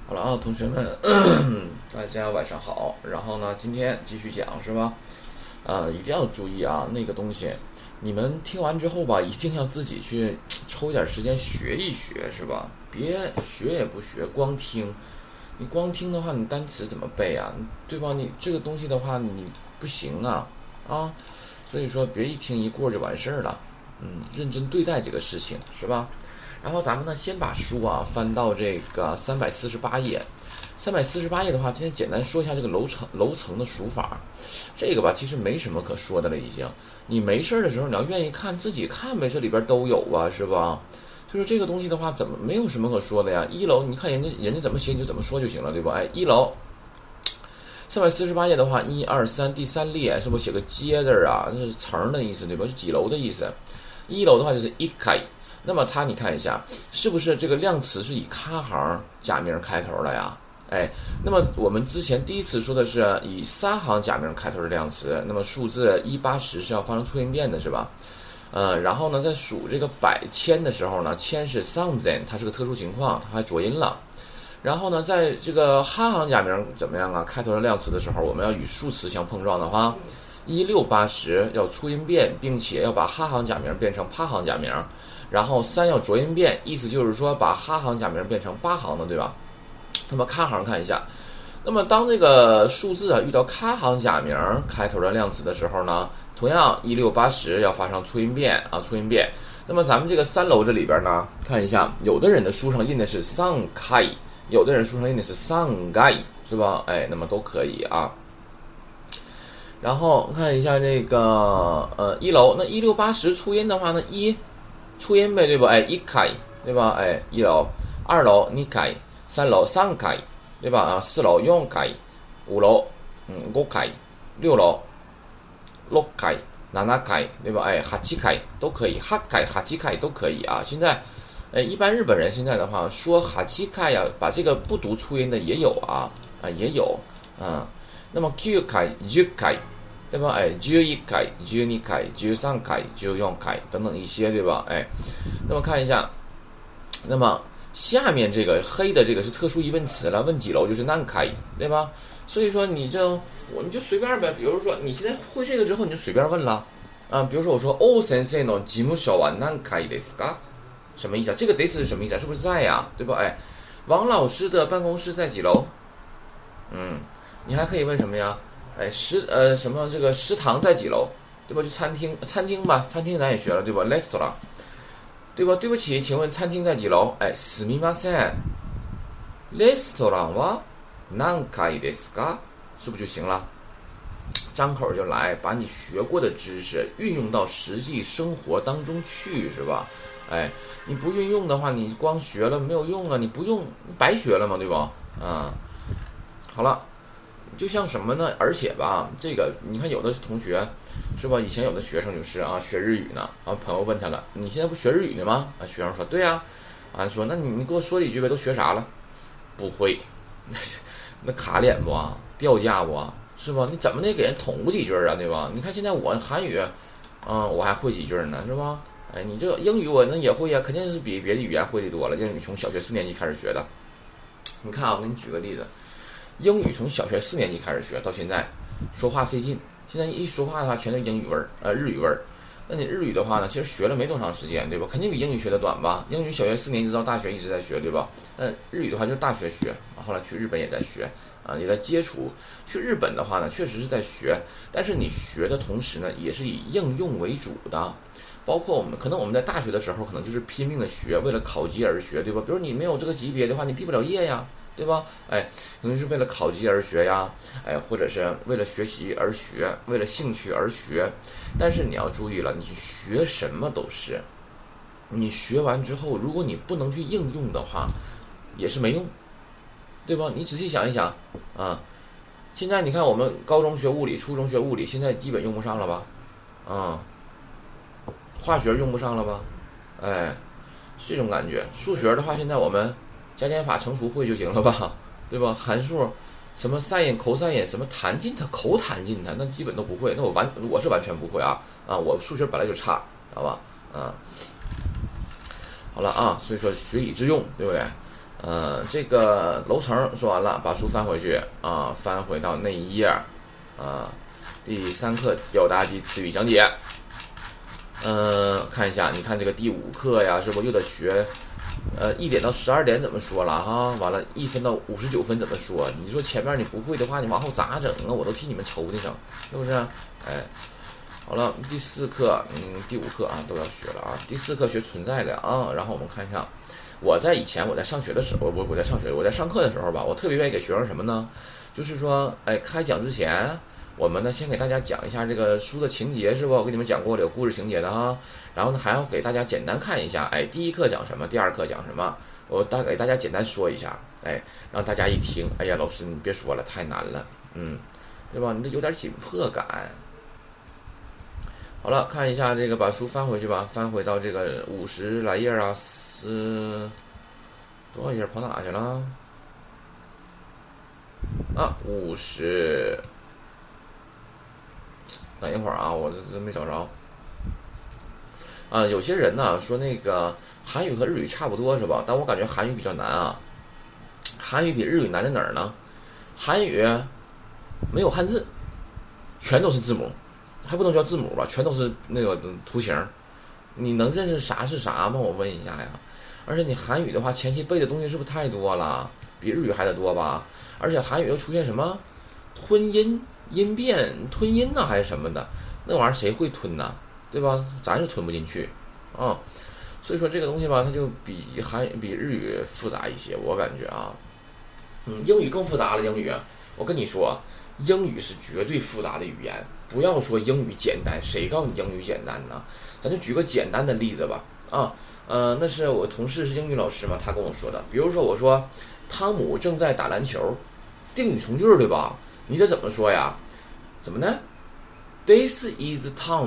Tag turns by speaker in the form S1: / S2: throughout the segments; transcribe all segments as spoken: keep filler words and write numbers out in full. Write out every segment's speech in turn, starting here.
S1: 好了啊，同学们，大家晚上好。然后呢，今天继续讲是吧？呃，一定要注意啊，那个东西，你们听完之后吧，一定要自己去抽一点时间学一学，是吧？别学也不学，光听。你光听的话，你单词怎么背啊？对吧？你这个东西的话，你不行啊啊！所以说，别一听一过就完事儿了。嗯，认真对待这个事情，是吧？然后咱们呢，先把书啊翻到这个三百四十八页。三百四十八页的话，今天简单说一下这个楼层楼层的数法。这个吧，其实没什么可说的了，已经。你没事的时候，你要愿意看，自己看呗，这里边都有啊，是吧？所以说这个东西的话，怎么没有什么可说的呀？一楼，你看人家人家怎么写，你就怎么说就行了，对吧？哎，一楼。三百四十八页的话，一二三，第三列是不是写个阶字啊？这是层的意思，对吧？就几楼的意思。一楼的话就是一开。那么它你看一下，是不是这个量词是以卡行假名开头的呀？哎，那么我们之前第一次说的是以三行假名开头的量词，那么数字一八十是要发生促音变的，是吧？呃，然后呢，在数这个百千的时候呢，千是 something， 它是个特殊情况，它还浊音了。然后呢，在这个哈行假名怎么样啊？开头的量词的时候，我们要与数词相碰撞的话，一六八十要促音变，并且要把哈行假名变成趴行假名。然后三要浊音变，意思就是说把哈行假名变成八行的，对吧？那么卡行看一下，那么当这个数字啊遇到卡行假名开头的量词的时候呢，同样一六八十要发生促音变啊，促音变。那么咱们这个三楼这里边呢，看一下，有的人的书上印的是上开，有的人书上印的是上盖，是吧？哎，那么都可以啊。然后看一下这个呃一楼，那一六八十促音的话呢，一促音呗，对吧？哎，一开，对吧？哎，一楼，二楼你开，三楼三开，对吧？啊，四楼四开，五楼嗯五开，六楼六开，七开，对吧？哎，八开都可以，八开八开都可以啊。现在，哎，一般日本人现在的话说八开呀，把这个不读促音的也有啊啊也有啊。那么九开十开。对吧？哎，十一回、十二回、十三回、十四回等等一些，对吧？哎，那么看一下，那么下面这个黑的这个是特殊疑问词了，问几楼就是何回，对吧？所以说你这我你就随便呗，比如说你现在会这个之后，你就随便问了啊。比如说我说哦，先生の事務所は何回ですか？什么意思啊？这个です是什么意思啊？是不是在呀？对吧？哎，王老师的办公室在几楼？嗯，你还可以问什么呀？哎，食呃什么这个食堂在几楼，对吧？就餐厅餐厅吧，餐厅咱也学了，对吧 ？restaurant， 对吧？对不起，请问餐厅在几楼？哎，すみません。レストランは何回ですか？是不是就行了？张口就来，把你学过的知识运用到实际生活当中去，是吧？哎，你不运用的话，你光学了没有用啊！你不用白学了嘛，对吧？啊，好了。就像什么呢？而且吧，这个你看，有的同学是吧？以前有的学生就是啊，学日语呢。啊，朋友问他了，你现在不学日语呢吗？啊，学生说对呀。啊，说那你你给我说几句呗，都学啥了？不会，那卡脸不啊？掉价不啊？是吧？你怎么得给人捅过几句啊？对吧？你看现在我韩语，嗯，我还会几句呢，是吧？哎，你这英语我那也会呀，肯定是比别的语言会的多了。英语从小学四年级开始学的。你看啊，我给你举个例子。英语从小学四年级开始学到现在，说话费劲。现在一说话的话，全都英语味儿，呃，日语味儿。那你日语的话呢，其实学了没多长时间，对吧？肯定比英语学的短吧？英语小学四年级到大学一直在学，对吧？嗯，日语的话就是大学学，后来去日本也在学，啊，也在接触。去日本的话呢，确实是在学，但是你学的同时呢，也是以应用为主的。包括我们可能我们在大学的时候，可能就是拼命的学，为了考级而学，对吧？比如你没有这个级别的话，你毕不了业呀。对吧？哎，可能是为了考级而学呀，哎，或者是为了学习而学，为了兴趣而学。但是你要注意了，你去学什么都是，你学完之后，如果你不能去应用的话，也是没用，对吧？你仔细想一想啊，现在你看我们高中学物理，初中学物理，现在基本用不上了吧？啊，化学用不上了吧？哎，这种感觉。数学的话，现在我们加减法乘除会就行了吧，对吧？函数什么 sin cos 什么弹进它口弹进它，那基本都不会。那我完我是完全不会啊啊！我数学本来就差，好吧？啊，好了啊，所以说学以致用，对不对？ 呃，这个楼层说完了，把书翻回去啊，翻回到那一页啊。第三课表达及词语讲解。嗯，看一下，你看这个第五课呀，是不是又得学？呃，一点到十二点怎么说了哈？完了，一分到五十九分怎么说？你说前面你不会的话，你往后咋整啊？我都替你们愁的整，是不是？哎，好了，第四课，嗯，第五课啊都要学了啊。第四课学存在的啊，然后我们看一下，我在以前我在上学的时候，我我在上学，我在上课的时候吧，我特别愿意给学生什么呢？就是说，哎，开讲之前。我们呢，先给大家讲一下这个书的情节，是不？我跟你们讲过了，有故事情节的哈。然后呢，还要给大家简单看一下，哎，第一课讲什么，第二课讲什么，我大给大家简单说一下，哎，让大家一听，哎呀，老师你别说了，太难了，嗯，对吧？你这有点紧迫感。好了，看一下这个，把书翻回去吧，翻回到这个五十来页啊，四多少页跑哪去了？啊，五十。等一会儿啊，我这真没找着。啊，有些人呢说那个韩语和日语差不多是吧？但我感觉韩语比较难啊。韩语比日语难在哪儿呢？韩语没有汉字，全都是字母，还不能叫字母吧？全都是那个图形，你能认识啥是啥吗？我问一下呀。而且你韩语的话，前期背的东西是不是太多了？比日语还得多吧？而且韩语又出现什么吞音？音变吞音呢还是什么的，那玩意儿谁会吞呢？对吧？咱是吞不进去啊。所以说这个东西吧，它就比韩比日语复杂一些，我感觉啊。嗯，英语更复杂了。英语，我跟你说，英语是绝对复杂的语言。不要说英语简单，谁告诉你英语简单呢？咱就举个简单的例子吧。啊，呃，那是我同事是英语老师嘛，他跟我说的。比如说我说汤姆正在打篮球，定语从句对吧？你这怎么说呀？怎么呢 ？This is Tom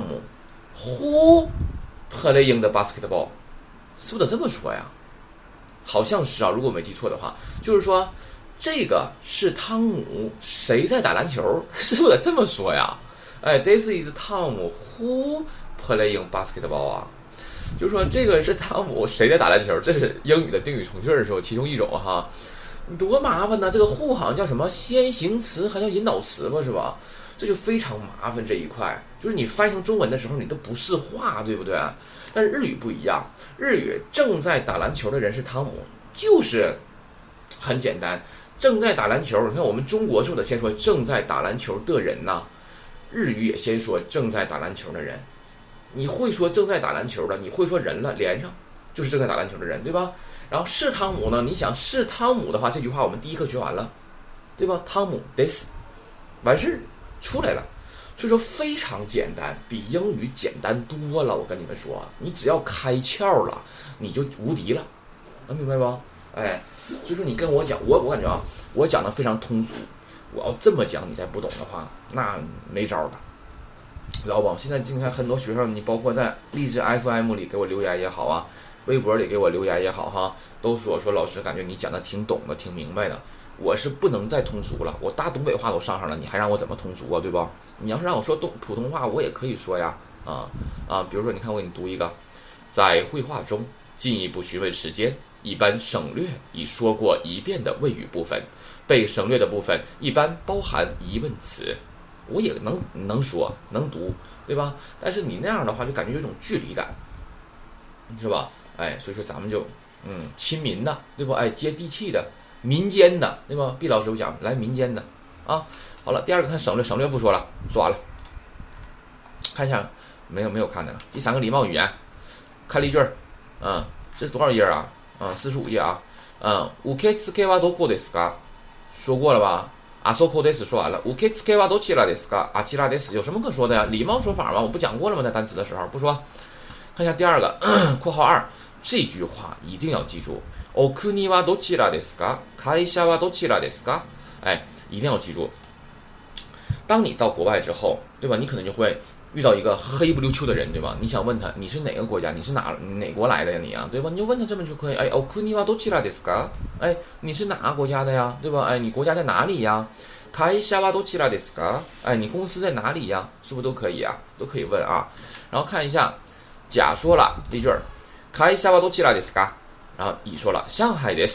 S1: who playing the basketball， 是不是得这么说呀？好像是啊，如果我没记错的话，就是说这个是汤姆谁在打篮球，是不是得这么说呀？哎 ，This is Tom who playing basketball 啊，就是说这个是汤姆谁在打篮球，这是英语的定语从句的时候其中一种哈。多麻烦呢！这个 who 好像叫什么先行词，还叫引导词吧，是吧？这就非常麻烦这一块，就是你翻译成中文的时候，你都不是话，对不对？但是日语不一样，日语正在打篮球的人是汤姆，就是很简单，正在打篮球。你看我们中国是不是得先说正在打篮球的人呢？日语也先说正在打篮球的人。你会说正在打篮球的，你会说人了，连上就是正在打篮球的人，对吧？然后是汤姆呢？你想是汤姆的话，这句话我们第一课学完了，对吧？汤姆 this 完事出来了，所以说非常简单，比英语简单多了。我跟你们说，你只要开窍了，你就无敌了，能明白不？哎，所以说你跟我讲，我我感觉啊，我讲的非常通俗。我要这么讲，你再不懂的话，那没招了，知道不？现在你看很多学生，你包括在励志 F M 里给我留言也好啊。微博里给我留言也好哈，都说说老师感觉你讲的挺懂的，挺明白的。我是不能再通俗了，我大东北话都上上了，你还让我怎么通俗啊？对吧？你要是让我说东普通话，我也可以说呀，啊啊，比如说你看我给你读一个，在绘画中进一步询问时间，一般省略已说过一遍的谓语部分，被省略的部分一般包含疑问词。我也能能说能读，对吧？但是你那样的话，就感觉有一种距离感，是吧？哎，所以说咱们就，嗯，亲民的，对不？哎，接地气的，民间的，对吧？毕老师有讲，来民间的，啊，好了，第二个看省略，省略不说了，说完了，看一下，没有没有看的了。第三个礼貌语言，看例句儿，嗯，这是多少页啊？嗯，四十五页啊，嗯，受け付けはどこですか？说过了吧？あそこです说完了，受け付けはどちらですか？あちらです，有什么可说的呀？礼貌说法嘛，我不讲过了吗？在单词的时候不说。看一下第二个，括号二，这句话一定要记住。お国はどちらですか？会社はどちらですか？哎，一定要记住。当你到国外之后，对吧？你可能就会遇到一个黑不溜秋的人，对吧？你想问他你是哪个国家？你是哪哪国来的呀？你啊，对吧？你就问他这么就可以。哎，お国はどちらですか？哎，你是哪个国家的呀？对吧？哎，你国家在哪里呀？会社はどちらですか？哎，你公司在哪里呀？是不是都可以啊？都可以问啊。然后看一下。甲说了例句儿，会社はどちらですか？然后乙说了上海です。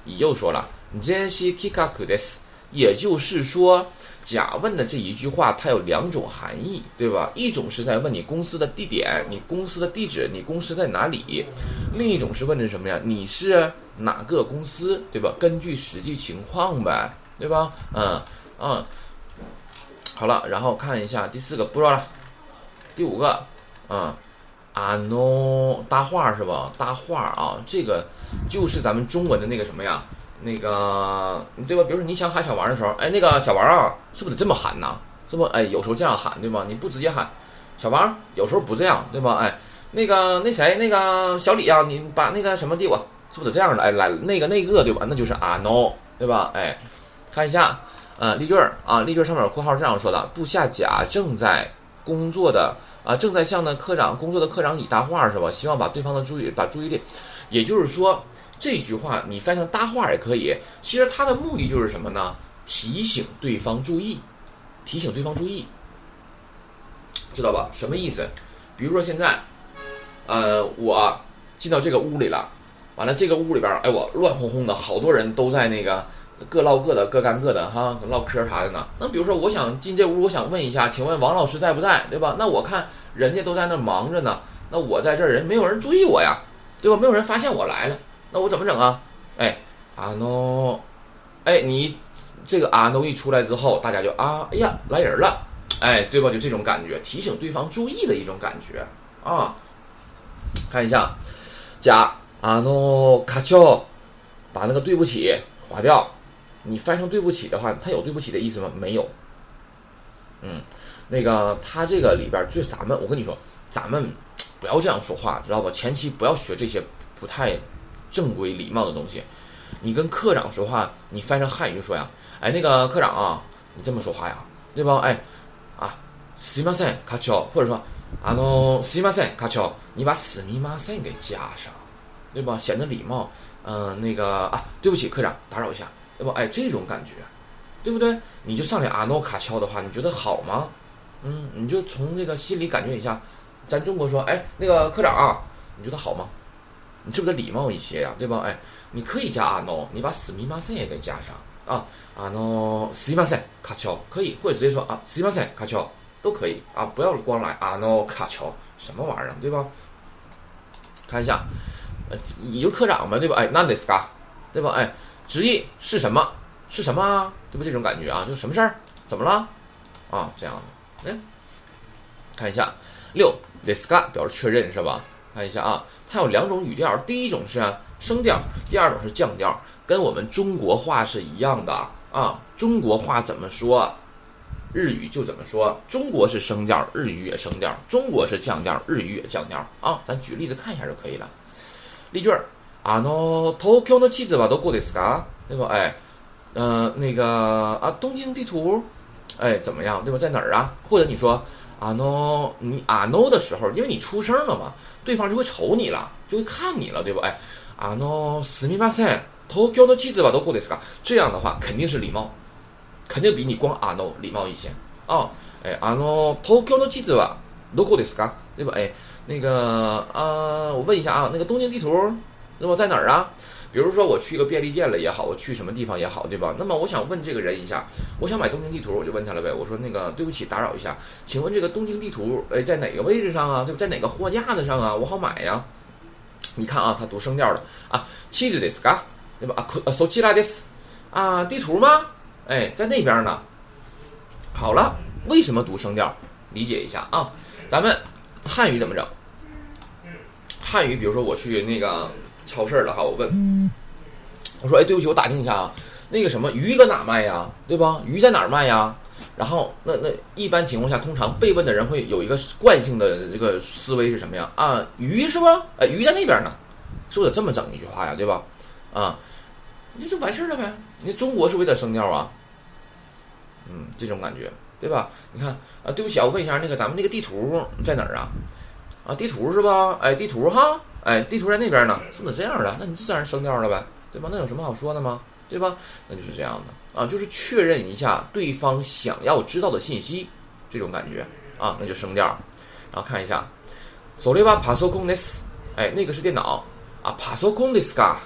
S1: 乙又说了，这是 kikaku desu， 也就是说，甲问的这一句话，它有两种含义，对吧？一种是在问你公司的地点，你公司的地址，你公司在哪里；另一种是问的是什么呀？你是哪个公司，对吧？根据实际情况呗，对吧？嗯嗯，好了，然后看一下第四个，不说了。第五个，嗯。啊 no 搭话是吧？搭话啊，这个就是咱们中文的那个什么呀？那个对吧？比如说你想喊小王的时候，哎，那个小王啊，是不是得这么喊呢？是不？哎，有时候这样喊，对吧？你不直接喊小王，有时候不这样，对吧？哎，那个那谁，那个小李啊，你把那个什么递我，是不是得这样的？哎，来那个那个对吧？那就是啊 no 对吧？哎，看一下，呃，例句啊，例句上面有括号这样说的：部下甲正在工作的。啊，正在向呢科长工作的科长乙搭话是吧？希望把对方的注意把注意力，也就是说这句话你翻成搭话也可以。其实它的目的就是什么呢？提醒对方注意，提醒对方注意，知道吧？什么意思？比如说现在，呃，我进到这个屋里了，完了这个屋里边，哎，我乱哄哄的，好多人都在那个。各唠各的，各干各的，哈，唠嗑啥的呢？那比如说，我想进这屋，我想问一下，请问王老师在不在？对吧？那我看人家都在那忙着呢，那我在这儿人没有人注意我呀，对吧？没有人发现我来了，那我怎么整啊？哎，啊 no， 哎，你这个啊 no 一出来之后，大家就啊，哎呀，来人了，哎，对吧？就这种感觉，提醒对方注意的一种感觉啊。看一下，甲啊 no 卡丘，把那个对不起划掉。你翻成对不起的话，它有对不起的意思吗？没有。嗯，那个他这个里边最咱们，我跟你说，咱们不要这样说话，知道吧？前期不要学这些不太正规礼貌的东西。你跟科长说话，你翻成汉语说呀，哎，那个科长啊，你这么说话呀，对吧？哎，啊，すみません、課長，或者说，あのすみません、課長，你把すみません给加上，对吧？显得礼貌。嗯、呃，那个啊，对不起，科长，打扰一下。对吧？哎，这种感觉，对不对？你就上来阿诺卡乔的话，你觉得好吗？嗯，你就从那个心里感觉一下，咱中国说，哎，那个科长啊，你觉得好吗？你是不是得礼貌一些呀、啊？对吧？哎，你可以加阿诺，你把すみません也给加上啊，阿诺すみません卡乔可以，或者直接说啊すみません卡乔都可以啊，不要光来阿诺卡乔什么玩意儿，对吧？看一下，呃，你就是科长嘛，对吧？哎，なんですか，对吧？哎。直译是什么？是什么啊？对不？这种感觉啊，就什么事儿？怎么了？啊，这样的。哎，看一下六 this ka 表示确认是吧？看一下啊，它有两种语调，第一种是升调，第二种是降调，跟我们中国话是一样的啊。中国话怎么说，日语就怎么说。中国是升调，日语也升调；中国是降调，日语也降调啊。咱举例子看一下就可以了。例句儿。あの東京の地図はどこですか？对吧？哎，呃，那个啊，东京地图，哎，怎么样？对吧？在哪儿啊？或者你说あの你あの的时候，因为你出声了嘛，对方就会瞅你了，就会看你了，对吧？哎，あのすみません、東京の地図はどこですか？这样的话肯定是礼貌，肯定比你光あの礼貌一些啊。哎，あの東京の地図はどこですか？对吧？哎，那个啊，我问一下啊，那个东京地图。那么在哪儿啊？比如说我去一个便利店了也好，我去什么地方也好，对吧？那么我想问这个人一下，我想买东京地图，我就问他了呗。我说那个对不起，打扰一下，请问这个东京地图，哎，在哪个位置上啊？对不？在哪个货架子上啊？我好买呀。你看啊，他读声调了啊，地図ですか？对吧？啊，そちらです啊，地图吗？哎，在那边呢。好了，为什么读声调？理解一下啊。咱们汉语怎么整？汉语，比如说我去那个。超市了哈，我问，我说，哎，对不起，我打听一下啊，那个什么鱼搁哪卖呀？对吧？鱼在哪儿卖呀？然后那那一般情况下，通常被问的人会有一个惯性的这个思维是什么呀？啊，鱼是吧？哎，鱼在那边呢，是不是得这么整一句话呀？对吧？啊，你就完事了呗。你中国是不是得声调啊？嗯，这种感觉，对吧？你看啊，对不起啊，我问一下，那个咱们那个地图在哪儿啊？啊，地图是吧？哎，地图哈。哎，地图在那边呢，是不是这样的？那你就自然升调了呗，对吧？那有什么好说的吗？对吧？那就是这样的啊，就是确认一下对方想要知道的信息，这种感觉啊，那就升调。然后看一下，それはパソコンです。哎，那个是电脑啊，パソコンですか？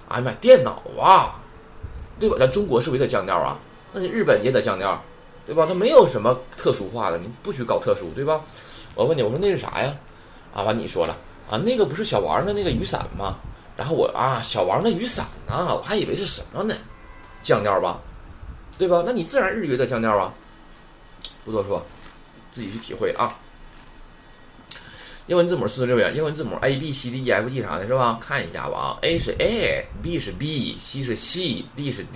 S1: 哎呀妈，电脑啊，对吧？咱中国是不是也得降调啊？那你日本也得降调，对吧？它没有什么特殊化的，你不许搞特殊，对吧？我问你，我说那是啥呀？啊，完你说了啊，那个不是小王的那个雨伞吗？然后我啊，小王的雨伞啊，我还以为是什么呢？降调吧，对吧？那你自然日语也得降调啊。不多说，自己去体会啊。英文字母四十六呀，英文字母 A B C D E F G 啥的是吧？看一下吧啊 ，A 是 A，B 是 B，C 是 C，D 是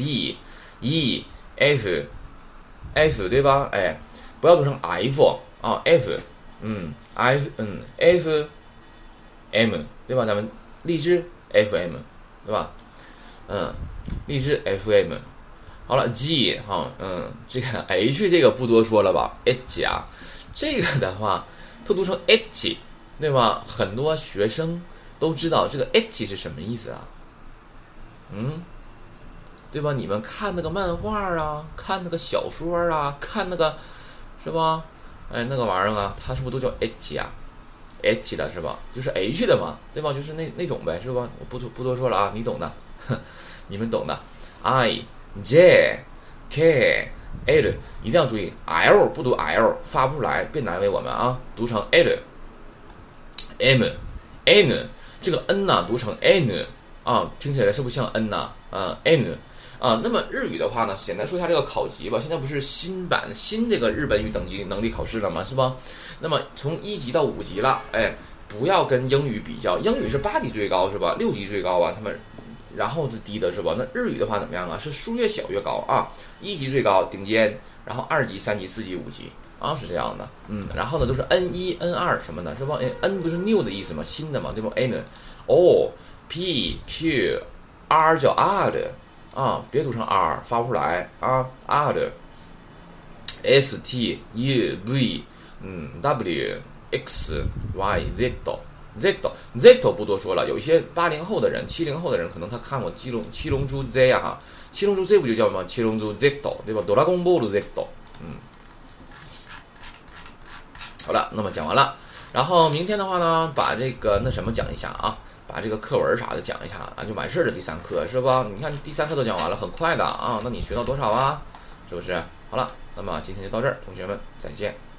S1: D，E，F，F 对吧？哎，不要读成 F 啊 ，F， 嗯 ，F 嗯 F，M 对吧？咱们荔枝 F M 对吧？嗯，荔枝 F M。好了 ，G 哈，嗯，这个 H 这个不多说了吧 ，H 啊，这个的话，它读成 H。对吧？很多学生都知道这个 H 是什么意思啊？嗯，对吧？你们看那个漫画啊，看那个小说啊，看那个是吧？哎，那个玩意儿啊，它是不是都叫 H 啊 ？H 的是吧？就是 H 的嘛，对吧？就是那那种呗，是吧？我不多不多说了啊，你懂的，你们懂的。I J K L 一定要注意 ，L 不读 L， 发不出来，别难为我们啊，读成 L。M N 这个 N 呢读成 N 啊，听起来是不是像 N 呢？啊 N 啊，那么日语的话呢，简单说一下这个考级吧。现在不是新版新这个日本语等级能力考试了吗？是吧？那么从一级到五级了，哎，不要跟英语比较，英语是八级最高是吧？六级最高啊，他们然后是低的是吧？那日语的话怎么样啊？是数越小越高啊，一级最高顶尖，然后二级、三级、四级、五级。啊，是这样的，嗯，然后呢，都是 N 一、N 二什么的，是吧？哎 ，N 不是 new 的意思吗？新的嘛，对吧 ？N，O P Q R 叫 odd 啊，别读成 R， 发不出来啊 ，odd，S T U V， 嗯 ，W X Y Z Z Z 不多说了，有一些八零后的人、七零后的人，可能他看过《七龙七龙珠 Z》啊，哈，《七龙珠 Z》不就叫什么《七龙珠 Z》对吧？哆啦 A 梦的 Z， 嗯。好了，那么讲完了，然后明天的话呢，把这个那什么讲一下啊，把这个课文啥的讲一下啊，就完事儿了。第三课是吧？你看第三课都讲完了，很快的啊。那你学到多少啊？是不是？好了，那么今天就到这儿，同学们再见。